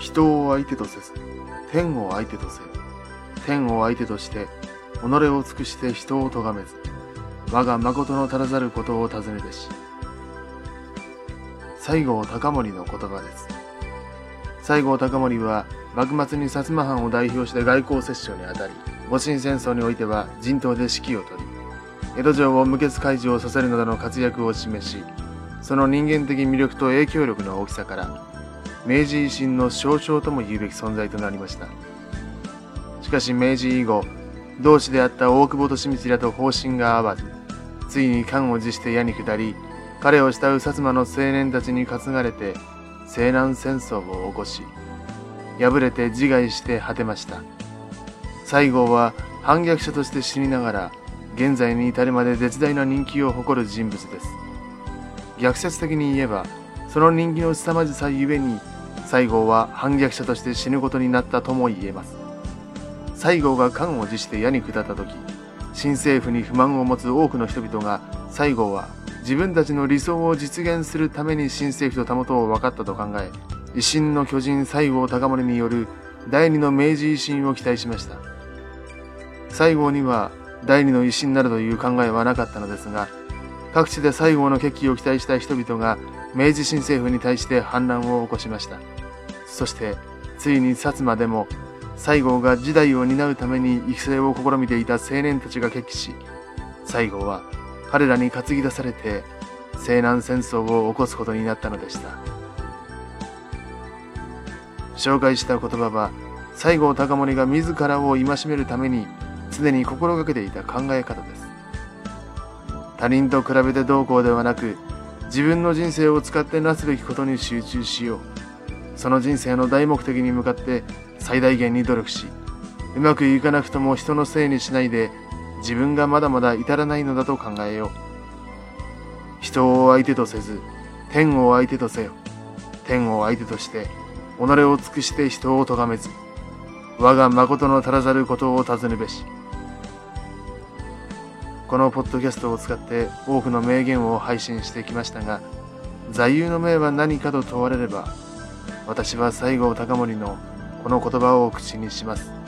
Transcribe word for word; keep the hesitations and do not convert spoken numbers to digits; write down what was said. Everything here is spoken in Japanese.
人を相手とせず、天を相手とせよ。天を相手として、己を尽くして人を咎めず、我が誠の足らざることを尋ねべし。西郷隆盛の言葉です。西郷隆盛は、幕末に薩摩藩を代表して外交折衝にあたり、戊辰戦争においては陣頭で指揮を取り、江戸城を無血開城させるなどの活躍を示し、その人間的魅力と影響力の大きさから、明治維新の象徴とも言うべき存在となりました。しかし明治以後、同志であった大久保利通らと方針が合わず、ついに官を辞して矢に下り、彼を慕う薩摩の青年たちに担がれて、西南戦争を起こし、敗れて自害して果てました。西郷は反逆者として死にながら、現在に至るまで絶大な人気を誇る人物です。逆説的に言えば、その人気の凄まじさゆえに、西郷は反逆者として死ぬことになったとも言えます。西郷が官を辞して矢に下った時、新政府に不満を持つ多くの人々が、西郷は自分たちの理想を実現するために新政府と保とう分かったと考え、維新の巨人西郷隆盛による第二の明治維新を期待しました。西郷には第二の維新などという考えはなかったのですが、各地で西郷の決起を期待した人々が明治新政府に対して反乱を起こしました。そしてついに薩摩でも西郷が時代を担うために育成を試みていた青年たちが決起し、西郷は彼らに担ぎ出されて西南戦争を起こすことになったのでした。紹介した言葉は、西郷隆盛が自らを戒めるために常に心がけていた考え方です。他人と比べてどうこうではなく、自分の人生を使ってなすべきことに集中しよう。その人生の大目的に向かって最大限に努力し、うまくいかなくとも人のせいにしないで、自分がまだまだ至らないのだと考えよう。人を相手とせず、天を相手とせよ。天を相手として、己を尽くして人を咎めず、我が誠の足らざることを尋ねべし。このポッドキャストを使って多くの名言を配信してきましたが、座右の銘は何かと問われれば、私は西郷隆盛のこの言葉を口にします。